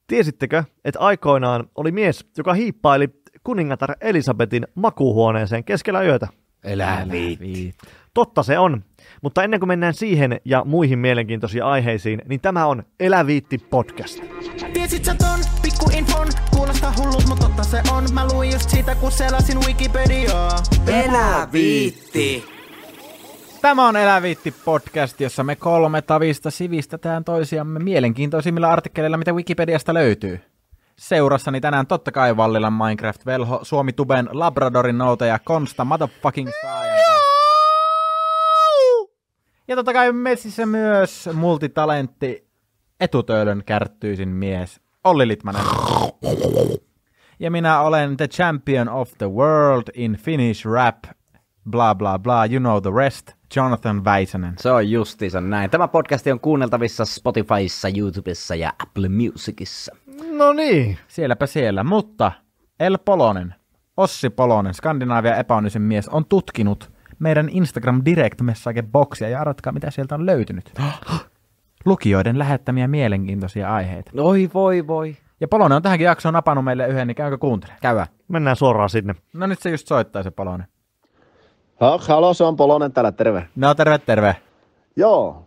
Tiesittekö, että aikoinaan oli mies, joka hiippaili kuningatar Elisabetin makuuhuoneeseen keskellä yötä? Elää viitti. Totta se on, mutta ennen kuin mennään siihen ja muihin mielenkiintoisiin aiheisiin, niin tämä on Elä Viitti podcast. Tiesit sä ton pikkuinfon? Kuulostaa hullut, mut totta se on. Mä luin just siitä, kun selasin Wikipediaa. Elää viitti. Tämä on Elä Viitti podcast, jossa me kolme tavista sivistetään toisiamme mielenkiintoisimmilla artikkeleilla, mitä Wikipediasta löytyy. Seurassani tänään totta kai Vallilan Minecraft-velho, Suomi-tuben Labradorin noutaja Konsta motherfucking science. Ja totta kai metsissä myös multitalentti etutöölön kärttyisin mies Olli Litmanen. Ja minä olen the champion of the world in Finnish rap, bla bla bla, you know the rest, Jonathan Väisänen. Se on justiinsa näin. Tämä podcast on kuunneltavissa Spotifyssa, YouTubessa ja Apple Musicissa. No niin. Sielläpä siellä, mutta El Polonen, Ossi Polonen, Skandinaavia epäonnisen mies, on tutkinut meidän Instagram Direct Message-boksia ja arvatkaa mitä sieltä on löytynyt. Lukijoiden lähettämiä mielenkiintoisia aiheita. Oi voi. Ja Polonen on tähänkin jaksoon napannut meille yhden, niin käykö kuuntelemaan? Käydä. Mennään suoraan sinne. No nyt se just soittaa se Polonen. Halo, se on Polonen täällä, terve. No terve. Joo,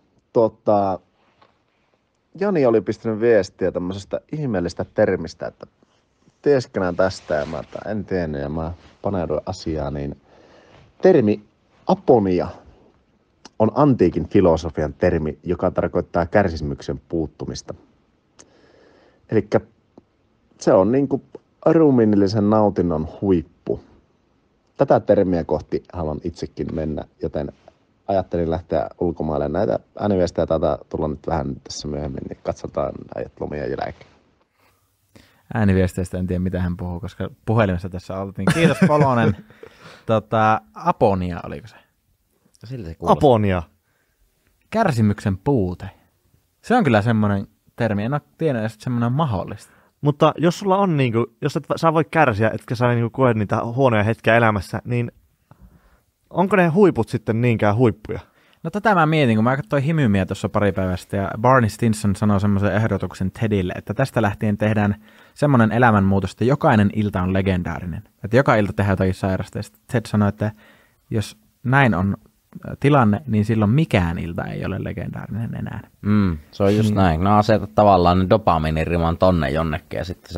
Joni oli pistänyt viestiä tämmöisestä ihmeellistä termistä, että tieskänään tästä ja mä en tiennyt ja mä paneuduin asiaan, niin termi aponia on antiikin filosofian termi, joka tarkoittaa kärsimyksen puuttumista. Elikkä se on niinku ruumiillisen nautinnon huippu. Tätä termiä kohti haluan itsekin mennä, joten ajattelin lähteä ulkomaille. Näitä ääniviestejä taitaa tulla nyt vähän tässä myöhemmin, niin katsotaan äijät lomien jälkeen. Ääniviesteistä en tiedä, mitä hän puhuu, koska puhelimessa tässä oltiin. Kiitos Polonen. Aponia, oliko se? Siltä se kuulostaa. Aponia. Kärsimyksen puute. Se on kyllä semmoinen termi. En ole tiennyt, että semmoinen on mahdollista. Mutta jos sulla on niinku, jos et sä voi kärsiä, etkä sä niinku koe niitä huonoja hetkiä elämässä, niin onko ne huiput sitten niinkään huippuja? No tätä mä mietin, kun mä katsoin Himymiä tuossa pari päivästä ja Barney Stinson sanoi semmoisen ehdotuksen Tedille, että tästä lähtien tehdään semmoinen elämänmuutos, että jokainen ilta on legendaarinen. Että joka ilta tehdään jotakin sairasta. Ja Ted sanoi, että jos näin on tilanne, niin silloin mikään ilta ei ole legendaarinen enää. Se on just näin. No asetat tavallaan ne dopamiiniriman tonne jonnekin ja sitten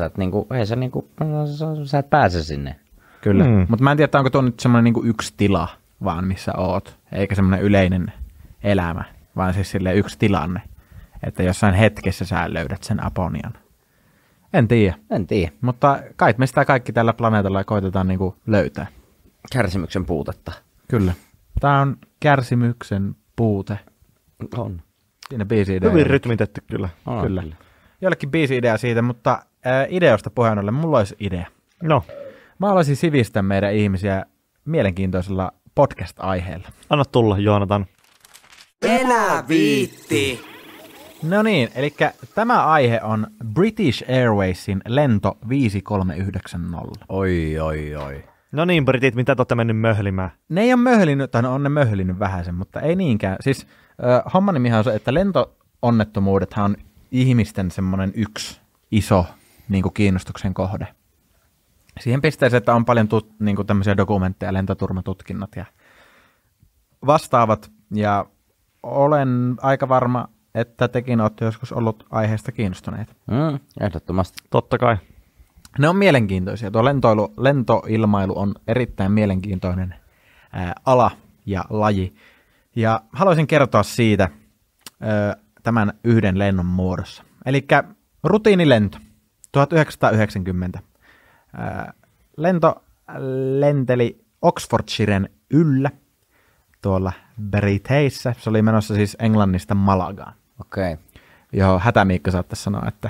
sä et pääse sinne. Kyllä, mutta mä en tiedä, onko tuo nyt semmoinen niinku yksi tila vaan, missä oot, eikä semmoinen yleinen elämä, vaan siis silleen yksi tilanne, että jossain hetkessä sä löydät sen aponian. En tiedä, mutta kai me sitä kaikki tällä planeetalla koitetaan niinku löytää. Kärsimyksen puutetta. Kyllä. Tää on kärsimyksen puute. On. Siinä biisi-idea. Hyvin rytmitetty kyllä. Kyllä. Jollekin biisi-idea siitä, mutta ideosta puheen ollen mulla olisi idea. No. Mä haluaisin sivistää meidän ihmisiä mielenkiintoisella podcast-aiheella. Anna tulla, Joonatan. Elä viitti! No niin, eli tämä aihe on British Airwaysin lento 5390. Oi. No niin, britit, mitä te olette mennyt möhlimään? Ne ei ole möhlinyt, tai on ne möhlinyt vähäisen, mutta ei niinkään. Siis homman nimihan on se, että lentoonnettomuudethan on ihmisten semmoinen yksi iso niin kuin kiinnostuksen kohde. Siihen pisteeseen, että on paljon niin kuin tämmöisiä dokumentteja, lentoturmatutkinnat ja vastaavat. Ja olen aika varma, että tekin olette joskus ollut aiheesta kiinnostuneita. Ehdottomasti. Totta kai. Ne on mielenkiintoisia. Tuo lentoilmailu on erittäin mielenkiintoinen ala ja laji. Ja haluaisin kertoa siitä tämän yhden lennon muodossa. Eli rutiinilento 1990. Lento lenteli Oxfordshiren yllä tuolla Briteissä. Se oli menossa siis Englannista Malagaan. Okei. Joo, Hätämiikka saattaisi sanoa, että...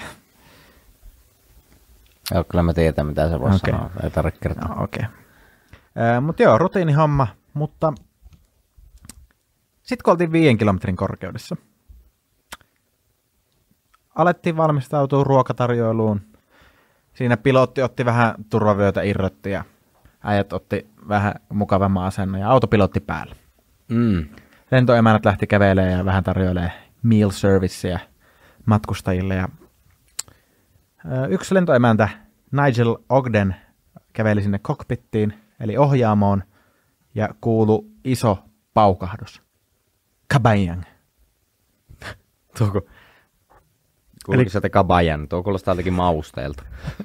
Joo, kyllä mä tiedän, mitä se voisi sanoa. Ei tarvitse kertoa. No, okei. Mutta joo, rutiinihomma. Mutta sitten kun oltiin 5 kilometrin korkeudessa, alettiin valmistautua ruokatarjoiluun. Siinä pilotti otti vähän turvavyötä irrotti ja äijät otti vähän mukavamman asennon ja autopilotti päällä. Lentoemännät lähti kävelemään ja vähän tarjoilee meal servicea matkustajille. Ja Yksi lentoemäntä Nigel Ogden käveli sinne cockpittiin, eli ohjaamoon, ja kuului iso paukahdus. Kabang. Kuuliko sieltä kabajan? Tuo kuulostaa jotenkin mausteelta.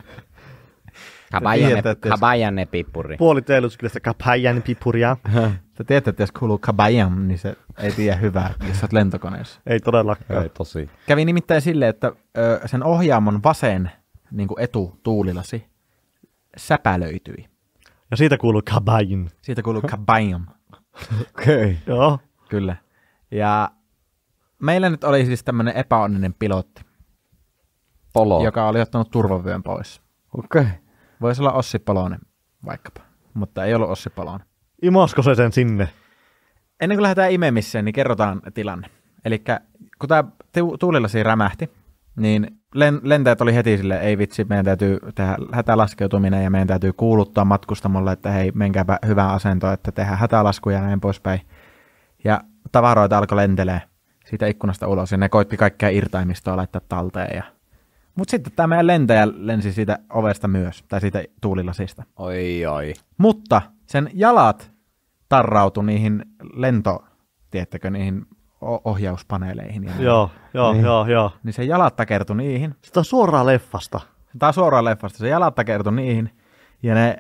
Kabajanne pippuri. Puoli teilluskylästä kapajan pipuria. Sä tiedät, että jos kuuluu kabajam, niin se ei tiedä hyvää, jos olet lentokoneessa. Ei todellakaan. Ei tosi. Kävi nimittäin silleen, että sen ohjaamon vasen niin kuin etutuulilasi säpälöityi. Ja siitä kuuluu kabajan. Siitä kuuluu kabajam. Okei. Joo. Kyllä. Ja meillä nyt oli siis tämmöinen epäonninen pilotti, Polo. joka oli ottanut turvavyön pois. Okei. Voisi olla Ossi Polonen vaikkapa, mutta ei ollut Ossi Polonen. Imasko se sen sinne? Ennen kuin lähdetään imemiseen, niin kerrotaan tilanne. Eli kun tämä tuulilasi rämähti, niin lentäjät oli heti silleen, ei vitsi, meidän täytyy tehdä hätälaskeutuminen ja meidän täytyy kuuluttaa matkustamolle, että hei, menkääpä hyvään asentoon, että tehdään hätälaskuja ja näin poispäin. Ja tavaroita alkoi lentelee siitä ikkunasta ulos ja ne koitti kaikkea irtaimistoa laittaa talteen. Mutta sitten tämä meidän lentäjä lensi siitä ovesta myös, tai siitä tuulilasista. Oi. Mutta sen jalat tarrautui niihin niihin ohjauspaneeleihin. Ja Joo. Niin se jalat takertui niihin. Sitä on suoraan leffasta. Tämä on suoraan leffasta. Se jalat takertui niihin. Ja ne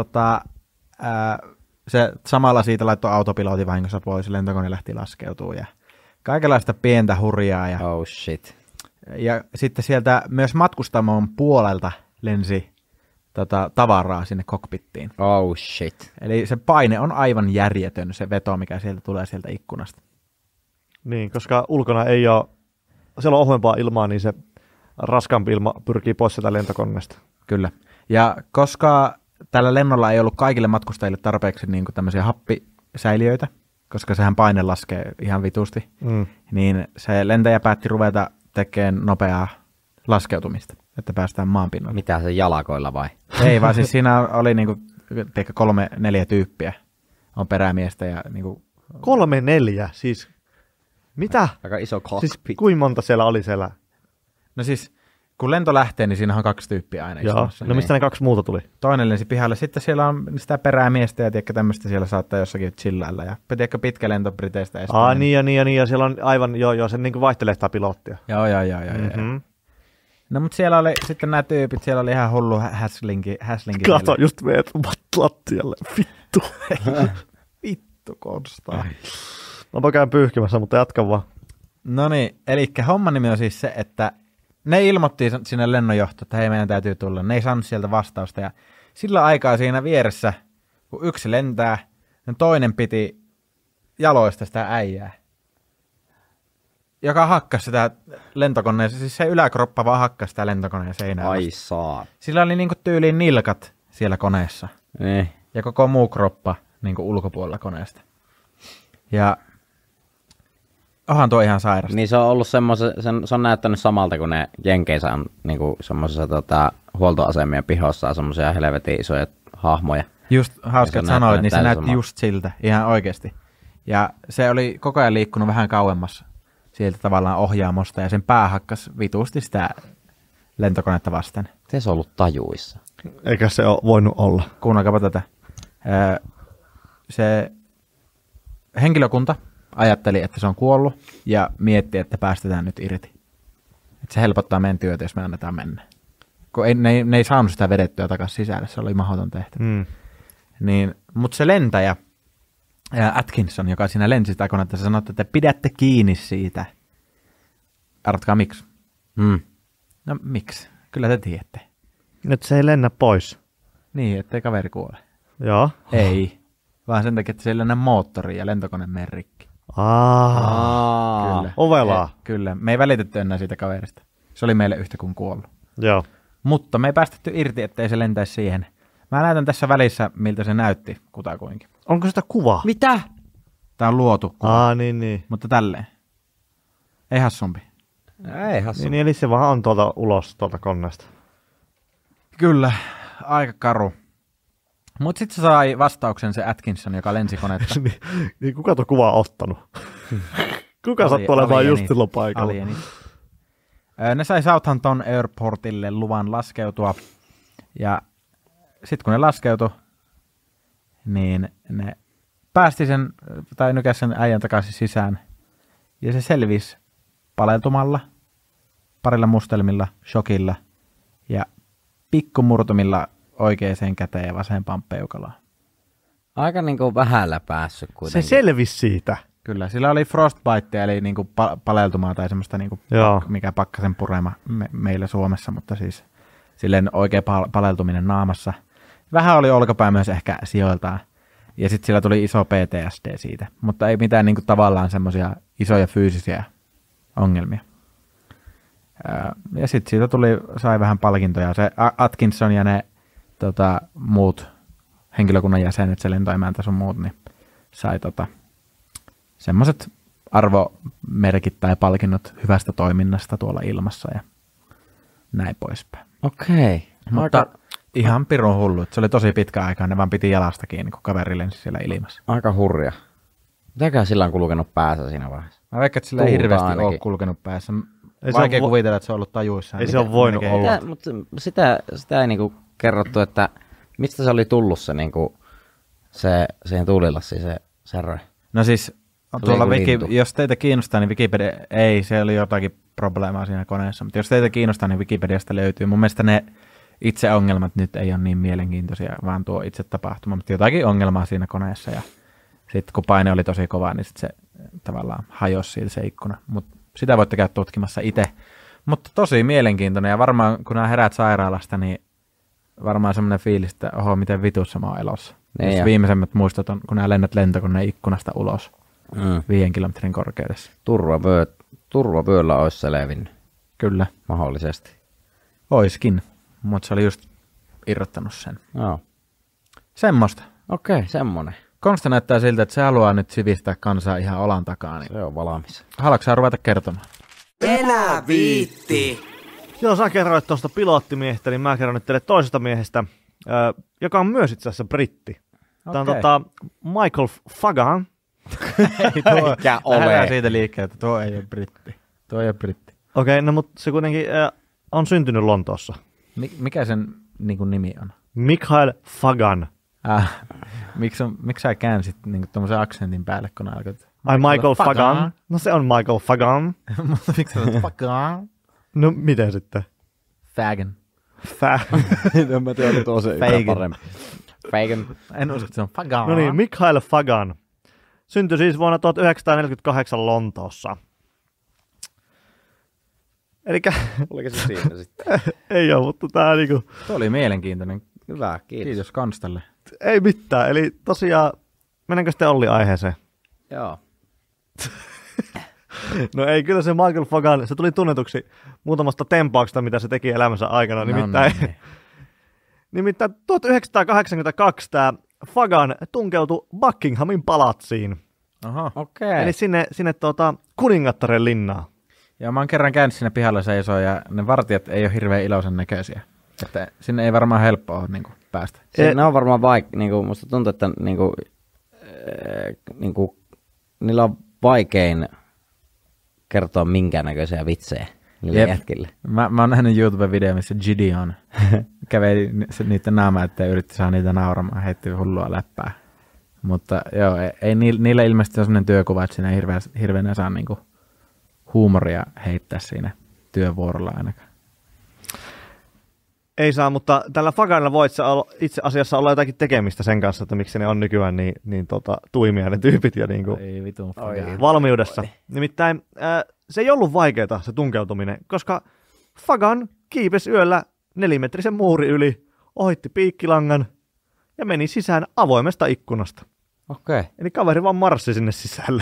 se samalla siitä laittoi autopilotin vahingossa pois. Lentokone lähti laskeutumaan. Ja kaikenlaista pientä hurjaa. Ja, Oh shit. ja sitten sieltä myös matkustamon puolelta lensi tavaraa sinne cockpittiin. Oh shit. Eli se paine on aivan järjetön, se veto, mikä sieltä tulee sieltä ikkunasta. Niin, koska ulkona ei ole, siellä on ohuempaa ilmaa, niin se raskaampi ilma pyrkii pois sieltä lentokoneesta. Kyllä. Ja koska tällä lennolla ei ollut kaikille matkustajille tarpeeksi niin kuin tämmöisiä happisäiliöitä, koska sehän paine laskee ihan vitusti, niin se lentäjä päätti ruveta tekemään nopeaa laskeutumista, että päästään maan pinnalle. Mitä se jalakoilla vai? Ei, vaan siis siinä oli niinku, 3-4 tyyppiä on perämiestä ja niinku... 3-4, siis mitä? Aika iso Siis cockpit. kuinka monta siellä oli siellä? No siis, kun lento lähtee, niin siinä on 2 tyyppiä aina Joo. istumassa. No mistä ne 2 muuta tuli? Toinen lensi pihalle, sitten siellä on sitä perämiestä ja tiedätkö, tämmöistä siellä saattaa jossakin chillailla. Ja tiedätkö, pitkä lento Briteistä Espanjaan. Niin, ja siellä on aivan, joo, se niinku vaihtelee sitä pilottia. Joo. No mutta siellä oli sitten nämä tyypit, siellä oli ihan hullu häslinki. Kato, just meet lattialle, vittu. Vittu konstaa. Mä käyn pyyhkimässä, mutta jatka vaan. No niin, eli homman nimi on siis se, että ne ilmoitti sinne lennonjohtoon, että hei, meidän täytyy tulla. Ne ei saanut sieltä vastausta ja sillä aikaa siinä vieressä, kun yksi lentää, niin toinen piti jaloista sitä äijää, joka hakkasi sitä lentokoneen, siis se yläkroppa vaan hakkasi sitä lentokoneen seinään. Ai saa. Sillä oli niinku tyyliin nilkat siellä koneessa Niin. ja koko muu kroppa niinku ulkopuolella koneesta. Ja onhan tuo ihan sairasta. Niin se on ollut se on näyttänyt samalta kuin ne Jenkeissä on niinku semmosessa huoltoasemien pihossa semmosia helvetin isoja hahmoja. Just hauska, että sanoit, niin se näytti sama. just siltä, ihan oikeasti. Ja se oli koko ajan liikkunut vähän kauemmas sieltä tavallaan ohjaamosta, ja sen pää hakkas vitusti sitä lentokonetta vasten. Miten se on ollut tajuissa? Eikä se ole voinut olla. Kuunnelkaapa tätä. Se henkilökunta ajatteli, että se on kuollut, ja mietti, että päästetään nyt irti. Että se helpottaa meidän työtä, jos me annetaan mennä. Kun ne ei saanut sitä vedettyä takaisin sisälle, se oli mahdoton tehtävä. Niin, mutta se lentäjä, Atkinson, joka siinä lensi sitä konetta, se sanoi, että te pidätte kiinni siitä. Arvatkaa miksi? No miksi? Kyllä te tiedätte. Nyt se ei lennä pois. Niin, ettei kaveri kuole. Joo. Ei, vaan sen takia, että se ei lennä moottori ja lentokone mene rikki. Kyllä. Ovelaa. Kyllä, me ei välitetty enää siitä kaverista. Se oli meille yhtä kuin kuollut. Joo. Mutta me ei päästetty irti, ettei se lentäisi siihen. Mä näytän tässä välissä, miltä se näytti kutakuinkin. Onko sitä kuvaa? Mitä? Tää on luotu kuva, Niin. mutta tälleen. Ei hassumpi. Ei hassu. Niin, eli se vaan on ulos tuolta koneesta. Kyllä, aika karu. Mutta sitten se sai vastauksen se Atkinson, joka lensi konetta. niin kuka tuo kuvaa ottanut? Kuka sattui olemaan just silloin paikalla? Alienit. Ne sai Southampton Airportille luvan laskeutua, ja sitten kun ne laskeutui, niin ne päästi sen, tai nykäsi sen äijän takaisin sisään, ja se selvisi paleltumalla, parilla mustelmilla, shokilla, ja pikkumurtumilla oikeaan käteen ja vasempaan peukalaan. Aika niinku vähällä päässyt Se kuitenkin. selvisi siitä. Kyllä, sillä oli frostbite, eli niinku paleltumaa tai semmoista, niinku Joo. mikä pakkasen purema meillä Suomessa, mutta siis silleen oikea paleltuminen naamassa. Vähän oli olkapää myös ehkä sijoiltaan, ja sitten sillä tuli iso PTSD siitä, mutta ei mitään niinku tavallaan semmoisia isoja fyysisiä ongelmia. Ja sitten siitä sai vähän palkintoja. Se Atkinson ja ne muut henkilökunnan jäsenet, se lentoemäntä sun muut, niin sai semmoiset arvomerkit tai palkinnot hyvästä toiminnasta tuolla ilmassa ja näin poispäin. Okei. Mutta ihan pirun hullu. Se oli tosi pitkä aikaa, ne vaan piti jalasta kiinni, kun kaveri lensi siellä ilmassa. Aika hurja. Mitäkään sillä on kulkenut päässä siinä vaiheessa? Mä veikkaan, että sillä ei Tuulta hirveästi ainakin. ole kulkenut päässä. Ei se Vaikea ole kuvitella, että se on ollut tajuissaan. Ei se ole voinut olla. Mutta sitä ei niinku kerrottu, että mistä se oli tullut se, niinku, siihen tuulilassiin se särö. No siis, oli tuolla joku lintu. jos teitä kiinnostaa, niin Wikipedia, ei, se oli jotakin probleemaa siinä koneessa, mutta jos teitä kiinnostaa, niin Wikipediasta löytyy. Mun mielestä ne itse ongelmat nyt ei ole niin mielenkiintoisia, vaan tuo itse tapahtuma, mutta jotakin ongelmaa siinä koneessa, ja sitten kun paine oli tosi kova, niin sit se tavallaan hajosi siitä se ikkuna, mutta sitä voitte käydä tutkimassa itse. Mutta tosi mielenkiintoinen, ja varmaan kun nämä herät sairaalasta, niin varmaan semmoinen fiilis, että oho, miten vitussa mä oon elossa. Niin Jos jo. viimeisemmät muistot on, kun nämä lennät lentokoneen ikkunasta ulos 5 kilometrin korkeudessa. Turvavyöllä olisi se levinnyt Kyllä, mahdollisesti. oiskin, mutta se oli just irrottanut sen. Joo. Semmosta. Okei, semmonen. Konsta näyttää siltä, että se haluaa nyt sivistää kansaa ihan olan takaa. Niin Se on valmis. haluatko sä ruveta kertomaan? Enää viitti. Joo, sä kerroit tuosta pilottimiehestä, niin mä kerron nyt teille toisesta miehestä, joka on myös itse asiassa britti. Tämä on Okei. Michael Fagan. Ei tuo, Eikä lähdetään ole. siitä liikkeelle, että tuo ei ole britti. Tuo ei ole britti. Okei, no mutta se kuitenkin on syntynyt Lontoossa. Mikä sen niin kuin nimi on? Michael Fagan. Miksi sä käänsit niin tuommoisen aksentin päälle, kun alkoit? Ai Michael Fagan. No se on Michael Fagan. Mutta miksi sä olet Fagan? No miten sitten? Fagan. En mä tiedä, tuo se Fagin. parempi. Fagin. En usko, että se on Fagan. No niin, Michael Fagan. Syntyi siis vuonna 1948 Lontoossa. Elikkä Oliko se siinä sitten? ei ole, mutta tää niinku, Tuo oli mielenkiintoinen. Hyvä, kiitos. Kiitos Konstalle. ei mitään. Eli tosiaan, mennäänkö sitten Olli aiheeseen? Joo. No ei, kyllä se Michael Fagan, se tuli tunnetuksi muutamasta tempauksesta, mitä se teki elämänsä aikana. Nimittäin 1982 tämä Fagan tunkeutui Buckinghamin palatsiin, Oho. Okei. eli sinne kuningattaren linnaan. Ja mä oon kerran käynyt siinä pihalla seisoo ja ne vartijat ei ole hirveän iloisen näköisiä. Että sinne ei varmaan helppoa ole niin päästä. Ne on varmaan niinku, musta tuntuu, että niillä on vaikein kertoa minkäännäköisiä vitsejä niille Jep. jätkille. Mä oon nähnyt YouTube-video, missä Gideon käveli niiden naamaa, että yritti saada niitä nauramaan, heitti hullua läppää. Mutta joo, ei niillä ilmeisesti ole sellainen työkuva, että siinä ei hirveänä saa niinku huumoria heittää siinä työvuorolla ainakaan. Ei saa, mutta tällä Faganilla voi itse asiassa olla jotakin tekemistä sen kanssa, että miksi ne on nykyään niin tuimia ne tyypit ja niinku Ei vitun Fagan. valmiudessa. Nimittäin se ei ollut vaikeaa se tunkeutuminen, koska Fagan kiipesi yöllä 4-metrisen muuri yli, ohitti piikkilangan ja meni sisään avoimesta ikkunasta. Okei. Eli kaveri vaan marssi sinne sisälle.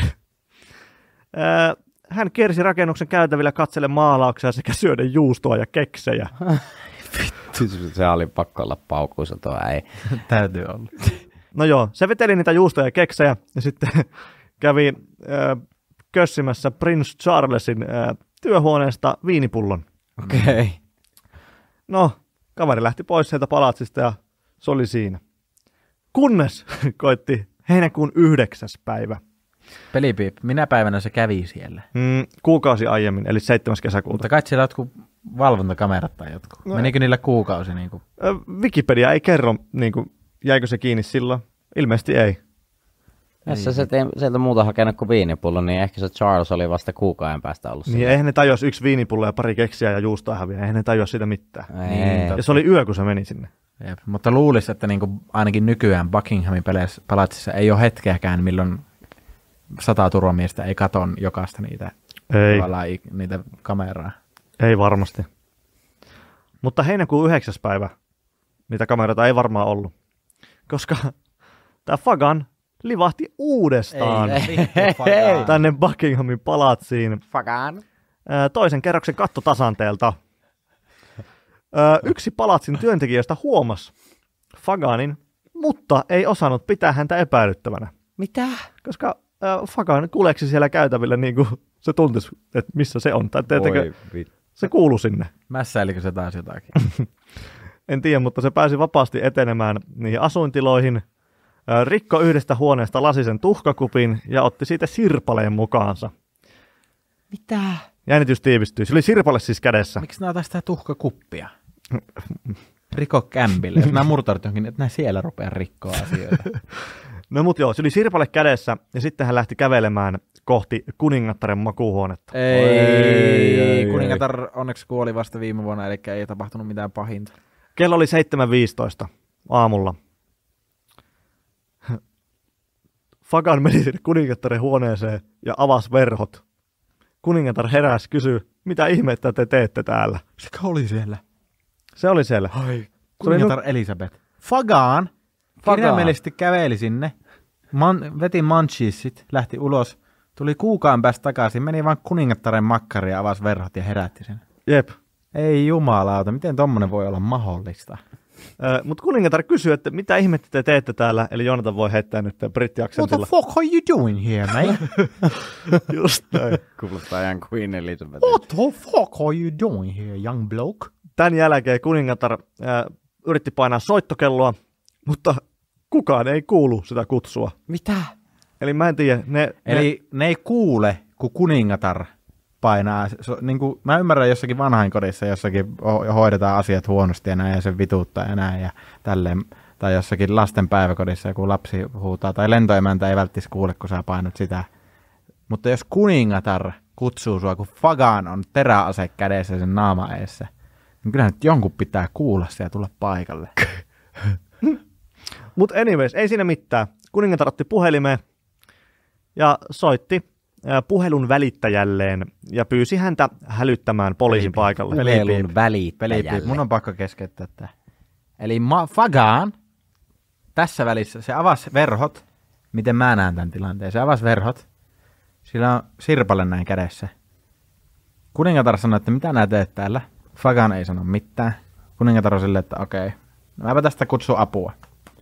Hän kiersi rakennuksen käytävillä katselle maalauksia sekä syödä juustoa ja keksejä. Se oli pakko olla paukuissa tuo ei. Täytyy olla. No joo, se veteli niitä juustoja ja keksejä ja sitten kävi kössimässä Prince Charlesin työhuoneesta viinipullon. Okei. No, kaveri lähti pois sieltä palatsista ja se oli siinä. Kunnes koitti heinäkuun 9. päivä. Pelipiip, minä päivänä se kävi siellä? Kuukausi aiemmin, eli 7. kesäkuuta. Mutta kai siellä jotkut valvontakamerat tai jotkut. No, menikö niillä kuukausi? Niin kuin? Wikipedia ei kerro, niin kuin, jäikö se kiinni silloin. Ilmeisesti ei. Jos sä sieltä muuta hakenut kuin viinipullo, niin ehkä se Charles oli vasta kuukauden päästä ollut. Niin eihän ne tajua, jos 1 viinipullo ja pari keksiä ja juustoa häviää. Eihän ne tajua siitä mitään. Ei. Ja se oli yö, kun se meni sinne. Jep. Mutta luulisi, että niin kuin ainakin nykyään Buckinghamin palatsissa ei ole hetkeäkään, milloin 100 turvamiestä ei katon jokaista niitä kameraa. Ei varmasti. Mutta heinäkuun 9. päivä niitä kameroita ei varmaan ollut. Koska tämä Fagan livahti uudestaan tänne Buckinghamin palatsiin. Fagan. Toisen kerroksen kattotasanteelta. Yksi palatsin työntekijöistä huomasi Faganin, mutta ei osannut pitää häntä epäilyttävänä. Mitä? Koska Fagan kuleksi siellä käytävillä niin kuin se tuntisi, että missä se on. Tai se kuului sinne. Mässäilikö se taas jotakin? En tiedä, mutta se pääsi vapaasti etenemään niihin asuintiloihin, rikko yhdestä huoneesta lasisen tuhkakupin ja otti siitä sirpaleen mukaansa. Mitä? Jännitys tiivistyi. Se oli sirpale siis kädessä. Miksi nää otais sitä tuhkakuppia? Riko kämpille. Jos nää murtaudut johonkin, että nää siellä rupeaa rikkoa asioita. No mut joo, se oli sirpale kädessä ja sitten hän lähti kävelemään kohti kuningattaren makuuhuonetta. Ei. Kuningatar onneksi kuoli vasta viime vuonna, eli ei tapahtunut mitään pahinta. Kello oli 7.15 aamulla. Fagan meni sinne kuningattaren huoneeseen ja avasi verhot. Kuningatar heräsi, kysyi, mitä ihmettä te teette täällä? Sekä oli siellä. Se oli siellä. Ai, kuningatar Elisabeth. Fagan kirjaimellisesti käveli sinne, veti munchiessit, lähti ulos, tuli kuukauden päästä takaisin, meni vaan kuningattaren makkariin ja avasi verhot ja herätti sen. Jep. Ei jumalauta, miten tommonen voi olla mahdollista? Mutta kuningatar kysyy, että mitä ihmettä te teette täällä, eli Jonathan voi heittää nyt brittiaksentilla. What the fuck are you doing here, mate? Just näin. Kuulostaa ihan Queen Elizabeth. What the fuck are you doing here, young bloke? Tämän jälkeen kuningatar yritti painaa soittokelloa, mutta kukaan ei kuulu sitä kutsua. Mitä? Eli mä en tiedä. Ne ei kuule, kun kuningatar painaa. Niin kuin, mä ymmärrän jossakin vanhainkodissa, jossakin hoidetaan asiat huonosti ja näin ja se vituuttaa ja näin ja tälleen. Tai jossakin lasten päiväkodissa joku lapsi huutaa tai lentoemäntä ei välttis kuule, kun sä painat sitä. Mutta jos kuningatar kutsuu sua, kun Fagan on teräase kädessä sen naama eessä, niin kyllähän nyt jonkun pitää kuulla se ja tulla paikalle. Mutta anyways, ei siinä mitään. Kuningatar otti puhelimeen ja soitti puhelun välittäjälleen ja pyysi häntä hälyttämään poliisin paikalle. Puhelun välittäjälle. Mun on pakko keskeyttää tätä. Eli Fagan tässä välissä, se avasi verhot, miten mä näen tämän tilanteen. Se avasi verhot, sillä on sirpale näin kädessä. Kuningatar sanoi, että mitä nää teet täällä? Fagan ei sano mitään. Kuningatar on silleen, että okei, no mäpä tästä kutsun apua.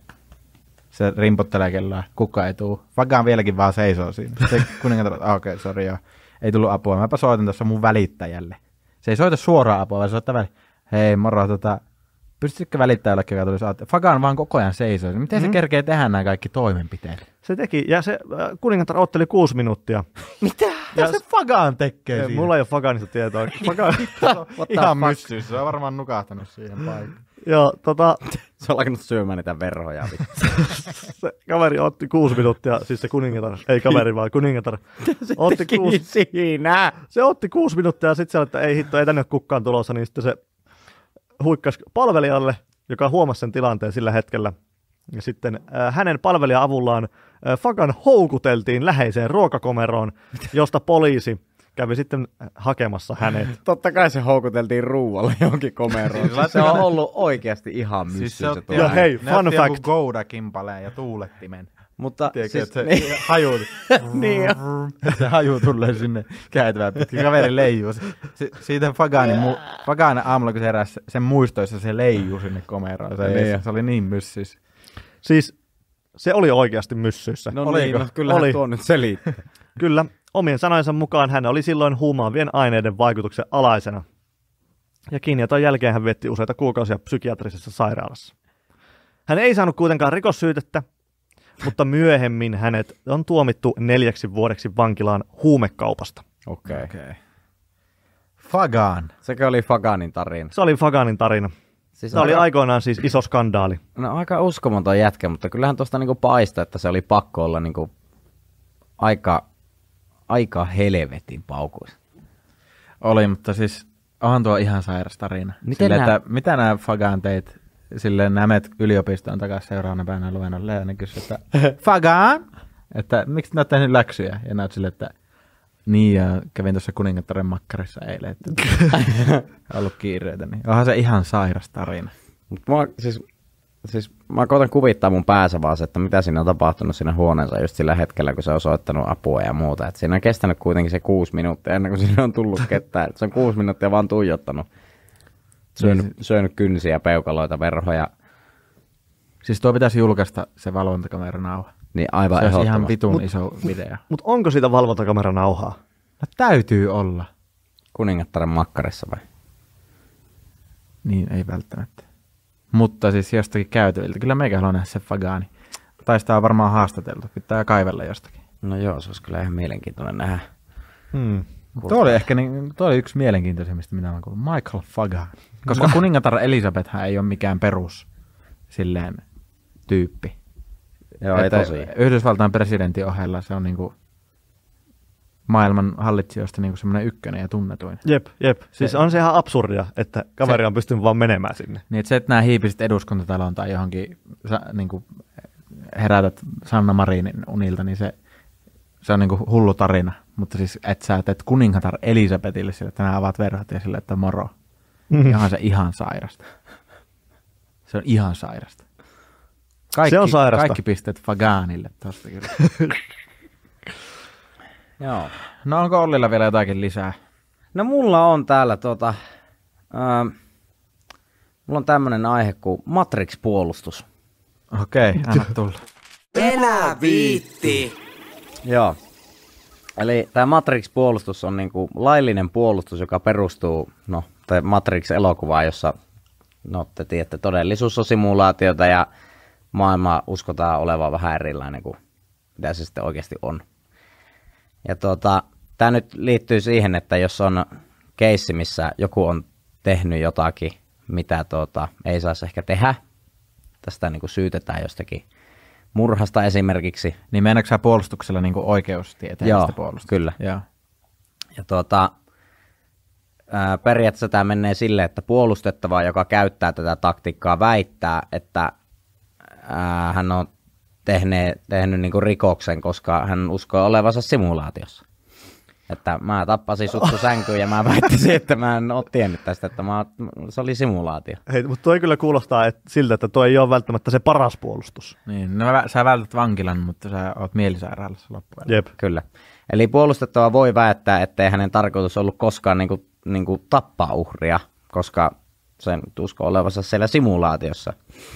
Se rimpottelee kelloa, kukaan ei tuu. Fagan vieläkin vaan seisoo siinä. Se kuningatar on, okei, sori joo, ei tullut apua. Mäpä soitan tuossa mun välittäjälle. Se ei soita suoraan apua, vaan se soittaa hei moro, pystytkö välittämään jollekin, joka tulisi auttaa? Fagan vaan koko ajan seisoo. Miten se kerkee tehdä nämä kaikki toimenpiteet? Se teki, ja se kuningatar otteli 6 minuuttia. Mitä? Mitä se Fagan tekee siinä? Mulla ei ole Faganista tietoa. Ihan myssyys, se on varmaan nukahtanut siihen paikkaan. Joo, Se on alkanut syömään niitä verhoja. se kaveri otti 6 minuuttia, siis se kuningatar, ei kaveri vaan kuningatar. Otti 6 siinä. Se otti 6 minuuttia ja sitten se että ei hitto, ei tänne ole kukaan tulossa, niin sitten se huikkasi palvelijalle, joka huomasi sen tilanteen sillä hetkellä. Ja sitten hänen palvelija-avullaan Fagan houkuteltiin läheiseen ruokakomeroon, josta poliisi kävi sitten hakemassa hänet. Totta kai se houkuteltiin ruualle johonkin komeroon. Se on ollut oikeasti ihan myssyys. Ja hei, fun fact. Joku Gouda-kimpaleen ja tuulettimen. Mutta tiedätkö, siis, että se haju, niin se haju tulee sinne käytävään pitkin. Kaveri leijuu. Siitä Faganin aamulla, kun se heräsi, sen muistoissa se leijuu sinne komeroon. Se oli niin myssys. Siis se oli oikeasti myssyissä. No niin, kyllähän tuo nyt selittää. Kyllä, omien sanojensa mukaan hän oli silloin huumaavien aineiden vaikutuksen alaisena. Ja kiinnioton jälkeen hän vietti useita kuukausia psykiatrisessa sairaalassa. Hän ei saanut kuitenkaan rikossyytettä, mutta myöhemmin hänet on tuomittu 4 vuodeksi vankilaan huumekaupasta. Okei. Fagan. Sekö oli Faganin tarina? Se oli Faganin tarina. Siis Se oli aikoinaan siis iso skandaali. No aika uskomaton jätkä, mutta kyllähän tuosta niinku paistoi, että se oli pakko olla niinku aika helvetin paukuissa. Oli, mutta siis onhan tuo ihan sairas tarina. Mitä nämä Fagan teit? Silleen nämä menet yliopistoon takaisin seuraavana päivänä luennolle ja ne kysyy, että Fagan! Että miksi näet tehnyt läksyjä? Ja näet silleen, että niin ja kävin tuossa Kuningattaren makkarissa eilen, että ollut kiireitä. Niin onhan se ihan sairas tarina. Mut mä koitan kuvittaa mun päässä vaan se, että mitä siinä on tapahtunut siinä huoneessa just sillä hetkellä, kun se on soittanut apua ja muuta. Et siinä on kestänyt kuitenkin se 6 minuuttia ennen kuin siinä on tullut ketään. Et se on 6 minuuttia vaan tuijottanut. Syönyt kynsiä, peukaloita, verhoja. Siis tuo pitäisi julkaista se valvontakameranauha. Niin aivan se olisi ihan ehdottomasti. vitun iso video. Mutta onko siitä valvontakameranauhaa? No täytyy olla. Kuningattaren makkarissa vai? Niin, ei välttämättä. Mutta siis jostakin käytäviltä. Kyllä meikä haluaa nähdä se Fagani. Tai sitä on varmaan haastateltu. Pitää kaivella jostakin. No joo, se olisi kyllä ihan mielenkiintoinen nähdä. Tuo oli yksi mielenkiintoisimmista, mitä olen kuullut. Michael Fagan. Koska kuningatar Elisabethän ei ole mikään perus silleen tyyppi. Joo, ei tosi. Yhdysvaltain presidentin ohella se on niinku maailman hallitsijoista niinku semmoinen ykkönen ja tunnetuin. Jep. Siis on se ihan absurdia, että kaveri on pystynyt vaan menemään sinne. Niin, että se, että nämä hiipisit eduskuntataloon tai johonkin niinku herätät Sanna Marinin unilta, niin se on niinku hullu tarina. Mutta siis, että sä teet kuningatar Elisabetille sille, että nämä avaat verhot ja sille, että moro. Ihan se ihan sairasta. Se on ihan sairasta. Se on sairasta. Kaikki pisteet Faganille tosta kyllä. Joo. No onko Ollilla vielä jotakin lisää? No mulla on täällä mulla on tämmönen aihe kuin Matrix-puolustus. Okei, anna tulla. Elä viitti! Joo. Eli tämä Matrix-puolustus on niinku laillinen puolustus, joka perustuu Matrix-elokuvaan, jossa te tiedätte, todellisuus on simulaatiota ja maailma uskotaan olevan vähän erilainen kuin mitä se sitten oikeasti on. Ja tämä nyt liittyy siihen, että jos on keissi, missä joku on tehnyt jotakin, mitä ei saisi ehkä tehdä, tästä niinku syytetään jostakin murhasta esimerkiksi. Niin meinaatko sä puolustuksella niinku oikeustieteellistä puolustusta? Kyllä. Joo. Ja periaatteessa tämä menee silleen, että puolustettava, joka käyttää tätä taktiikkaa, väittää, että hän on tehnyt niinku rikoksen, koska hän uskoo olevansa simulaatiossa. Että mä tappasin suttu sänkyyn ja mä väittäisin, että mä en ole tiennyt tästä, että se oli simulaatio. Hei, mutta toi kyllä kuulostaa siltä, että toi ei ole välttämättä se paras puolustus. Niin, no sä vältät vankilan, mutta sä oot mielisairaalassa loppujen. Jep. Kyllä. Eli puolustettava voi väittää, ettei hänen tarkoitus ollut koskaan niinku tappaa uhria, koska sen uskoo olevansa siellä simulaatiossa.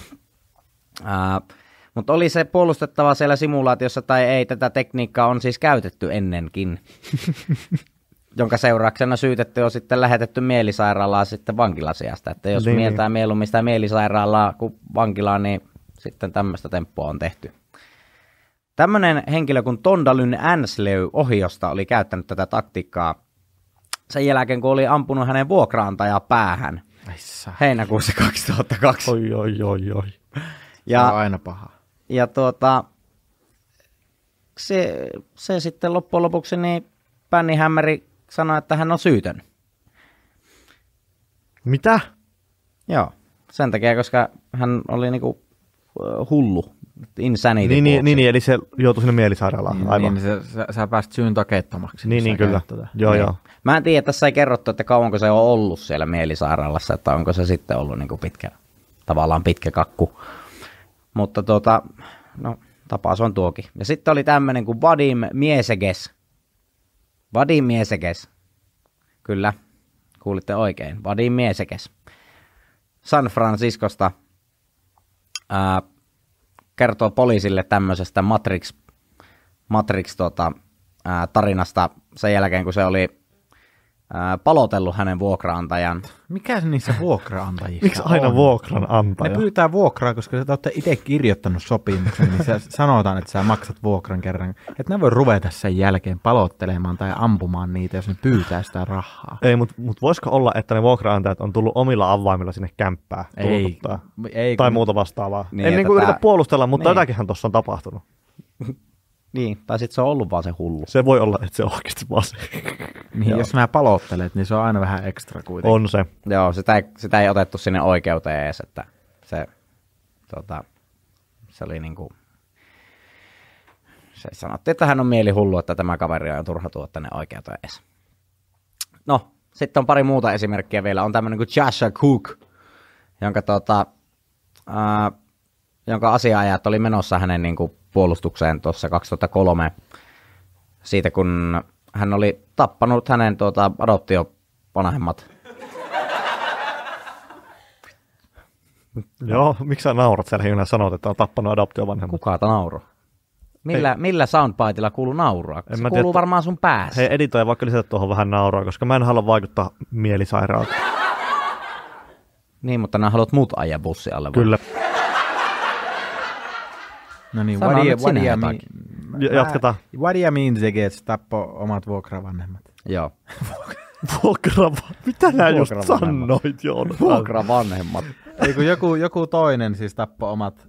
Mutta oli se puolustettava siellä simulaatiossa tai ei, tätä tekniikkaa on siis käytetty ennenkin, jonka seurauksena syytetty on sitten lähetetty mielisairaalaan sitten vankilasiasta. Että jos mieltää mieluummin sitä mielisairaalaa kuin vankilaa, niin sitten tämmöistä temppua on tehty. Tämmöinen henkilö kuin Tondalyn Anslew ohiosta oli käyttänyt tätä taktiikkaa sen jälkeen, kun oli ampunut hänen vuokraantajaa päähän heinäkuussa 2002. Oi. Se on aina paha. Ja se sitten loppujen lopuksi niin Pännihämmäri sanoi, että hän on syytön. Mitä? Joo, sen takia, koska hän oli niinku hullu, insanity. Niin, eli se joutui sinne mielisairaalaan. Aivan. Niin, sä pääsit syyn takeettomaksi. Niin kyllä. Joo. Mä en tiedä, tässä ei kerrottu, että kauanko se on ollut siellä mielisairaalassa, että onko se sitten ollut niinku pitkä kakku. Mutta tapaus on tuokin. Ja sitten oli tämmöinen kuin Vadim Mieseges. Kyllä, kuulitte oikein. Vadim Mieseges. San Franciscosta kertoo poliisille tämmöisestä Matrix tarinasta sen jälkeen, kun se oli palotellut hänen vuokraantajan. Mikä se niissä vuokraantajissa Miksi aina on? vuokranantaja? Ne pyytää vuokraa, koska sä olette itse kirjoittanut sopimuksen, niin sä sanotaan, että sä maksat vuokran kerran. Että ne voi ruveta sen jälkeen palottelemaan tai ampumaan niitä, jos ne pyytää sitä rahaa. Ei, mutta voisiko olla, että ne vuokraantajat on tullut omilla avaimilla sinne kämppää tulkuttaa? Ei, Tai kun- muuta vastaavaa. Niin, En että niinku yritä tää- puolustella, mutta Niin. jotakinhan tuossa on tapahtunut. Niin, tai sitten se on ollut vaan se hullu. Se voi olla, että se on oikeasti vaan se. Niin, jos mä palottelet, niin se on aina vähän ekstra kuitenkin. On se. Joo, sitä ei otettu sinne oikeuteen edes, että se oli niinku... Se sanottiin, että hän on mielihullu, että tämä kaveri on turha tuoda tänne oikeuteen edes. No, sitten on pari muuta esimerkkiä vielä. On tämmöinen kuin Joshua Cook, jonka asiaajat oli menossa hänen niinku puolustukseen tuossa 2003 siitä, kun hän oli tappanut hänen adoptiovanhemmat. Joo, miksi sä naurat siellä hiljaa sanot, että on tappanut adoptiovanhemmat? Kuka nauro? Millä soundbiteilla kuuluu naurua? Se mä kuuluu tiedä, varmaan sun päässä. Hei, editoija vaikka lisätä tuohon vähän nauraa, koska mä en halua vaikuttaa mielisairaalta. Niin, mutta nää haluat muut ajaa bussi alle. vai? Kyllä. No niin, Sano nyt sinä jotakin. Jatketaan. What do you mean se gets tappo omat vuokravanhemmat? Joo. Mitä nää just Vuokravanhemmat. sanoit, Joona? Vuokravanhemmat. Ei kun joku toinen siis tappo omat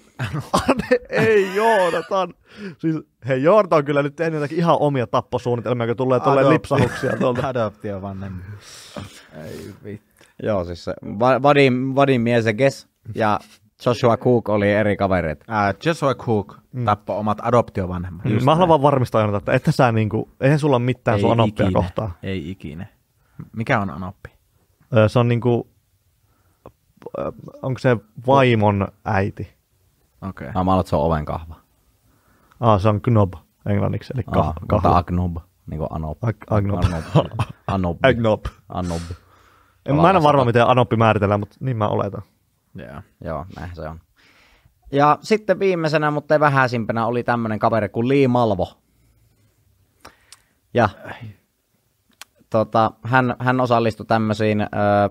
Ei Joonatan. Siis, hei, Joonatan on kyllä nyt tehnyt jotakin ihan omia tapposuunnitelmia, kun tulee tolleen lipsahuksia tuolta. adoptiovanhemmat. Ei vittu. Joo, siis se Vadim Mieseges ja Joshua Cook oli eri kavereita. Joshua Cook tappo omat adoptiovanhemmat. Just Mä haluan näin. vaan varmistaa, Joonatan, että että sä niinku, eihän sulla ole mitään Ei sun anoppia ikinä. kohtaan. Ei ikinä. Mikä on anoppi? Se on niinku, onko se vaimon äiti? Okei. Mä aloin, että se on ovenkahva. Se on knob englanniksi, eli Mutta kahva. agnob, niin kuin anob. Agnob. Anob. Agnob. Anob. Mä en ole varma, miten anoppi määritellään, mutta niin mä oletan. Yeah. Joo, näin se on. Ja sitten viimeisenä, mutta ei vähäisimpänä, oli tämmönen kaveri kuin Lee Malvo. Ja hän osallistui tämmöisiin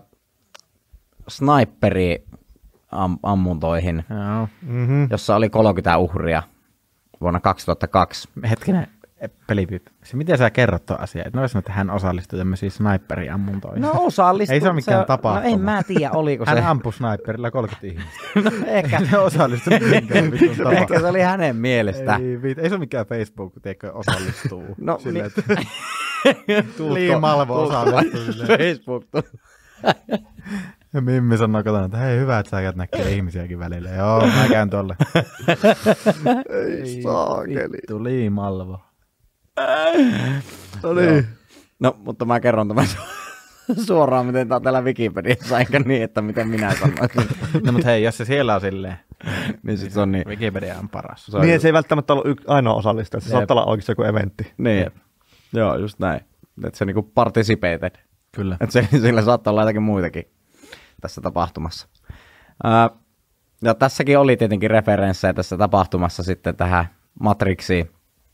sniperi-ammuntoihin, Joo. jossa oli 30 uhria vuonna 2002. Hetkinen, pelipyyp. Miten sä kerrot tuon asian? Et mä sanoin, että hän osallistui tämmöisiin sniperi-ammuntoihin. No osallistui. Ei se ole mikään tapahtuma. No en mä tiedä, oliko Hän se. ampui sniperilla 30 ihmistä. No, ehkä, Se osallistui mihinkään vitun ehkä tapahtumaan. se oli hänen mielestä. Ei se ole mikään Facebook, tiedätkö, osallistuu. No, Silleen, niin. että Lee Malvo osallistuu silleen. Facebook. Ja Mimmi sanoo kotona, että hei hyvä, että sä käyt näkee ihmisiäkin välillä. Joo, mä käyn tolle. Ei saakeli. Vittu, Lee Malvo. No niin. No, mutta mä kerron tämän suoraan, miten tää on täällä Wikipediassa, eikä niin, että miten minä sanoisin. No mut hei, jos se siellä on silleen, Niin sit se on niin. Wikipedia on paras. Se on Niin, just- se ei välttämättä ollut ainoa osallistuja. Se saattaa olla oikeasti joku eventti. Niin. Joo, just näin. Että se niinku participated. Kyllä. Että sillä saattaa olla jotakin muitakin tässä tapahtumassa. Ja tässäkin oli tietenkin referenssejä tässä tapahtumassa sitten tähän Matrixiin.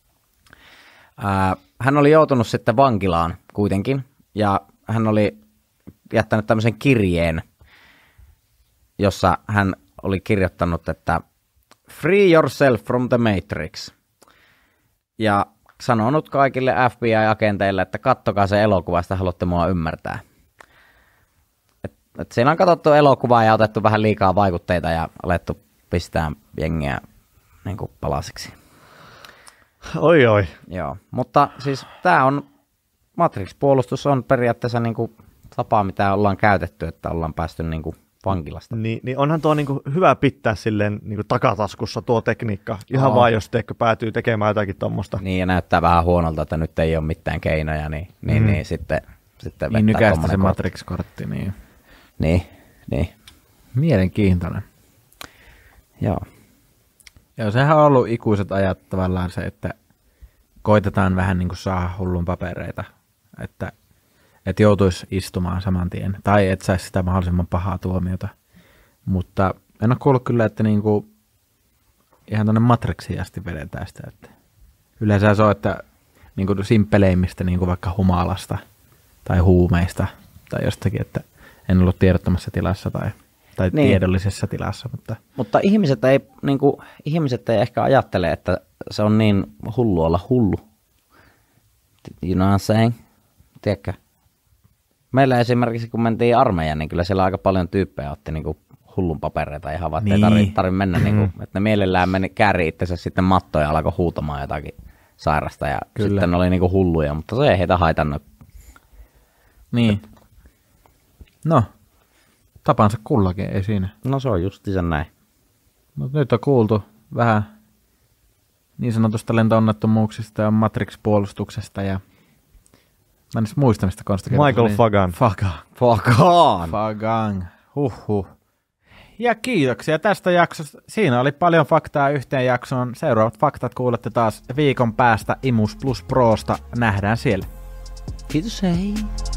Hän oli joutunut sitten vankilaan kuitenkin, ja hän oli jättänyt tämmöisen kirjeen, jossa hän oli kirjoittanut, että Free yourself from the Matrix. Ja sanonut kaikille FBI-agenteille, että kattokaa se elokuva, sitä haluatte mua ymmärtää. Et siinä on katsottu elokuvaa ja otettu vähän liikaa vaikutteita ja alettu pistää jengiä niin kuin palasiksi. Oi. Joo, mutta siis tämä on, Matrix-puolustus on periaatteessa niin kuin tapa, mitä ollaan käytetty, että ollaan päästy niin kuin vankilasta. Niin onhan tuo niinku hyvä pitää silleen niinku takataskussa tuo tekniikka. Ihan vaan, jos teikö päätyy tekemään jotakin tuommoista. Niin, ja näyttää vähän huonolta, että nyt ei ole mitään keinoja, niin sitten Niin vettää nykäistä se tommonen Matrix-kortti, niin Niin. mielenkiintoinen. Joo. Joo, sehän on ollut ikuiset ajat tavallaan se, että koitetaan vähän niin kuin saada hullun papereita, että joutuisi istumaan saman tien, tai et saisi sitä mahdollisimman pahaa tuomiota. Mutta en ole kuullut kyllä, että niin kuin ihan tuonne Matrixiin asti vedetään sitä. Että yleensä se on, että niin kuin simppeleimmistä, niin kuin vaikka humalasta, tai huumeista tai jostakin, että en ollut tiedottomassa tilassa tai niin. Tiedollisessa tilassa. Mutta ihmiset ei ehkä ajattele, että se on niin hullu olla hullu. You know what I'm saying? Tiedätkö? Meillä esimerkiksi, kun mentiin armeijaan, niin kyllä siellä aika paljon tyyppejä otti niinku hullun papereita ihan vaan, että ei tarvitse mennä, niinku, että ne mielellään kääri itsensä sitten mattoon ja alkoi huutamaan jotakin sairasta ja kyllä. Sitten ne oli niinku hulluja, mutta se ei heitä haitannut. Niin. No, tapansa kullakin, ei siinä. No se on justiinsa näin. Mutta nyt on kuultu vähän niin sanotusta lento-onnettomuuksista ja Matrix-puolustuksesta ja mä en muista, mistä Konsta Michael Fagan. Fagan. Huhhuh. Ja kiitoksia tästä jaksosta. Siinä oli paljon faktaa yhteen jaksoon. Seuraavat faktat kuulette taas viikon päästä Imus Plus Prosta. Nähdään siellä. Kiitos, hei.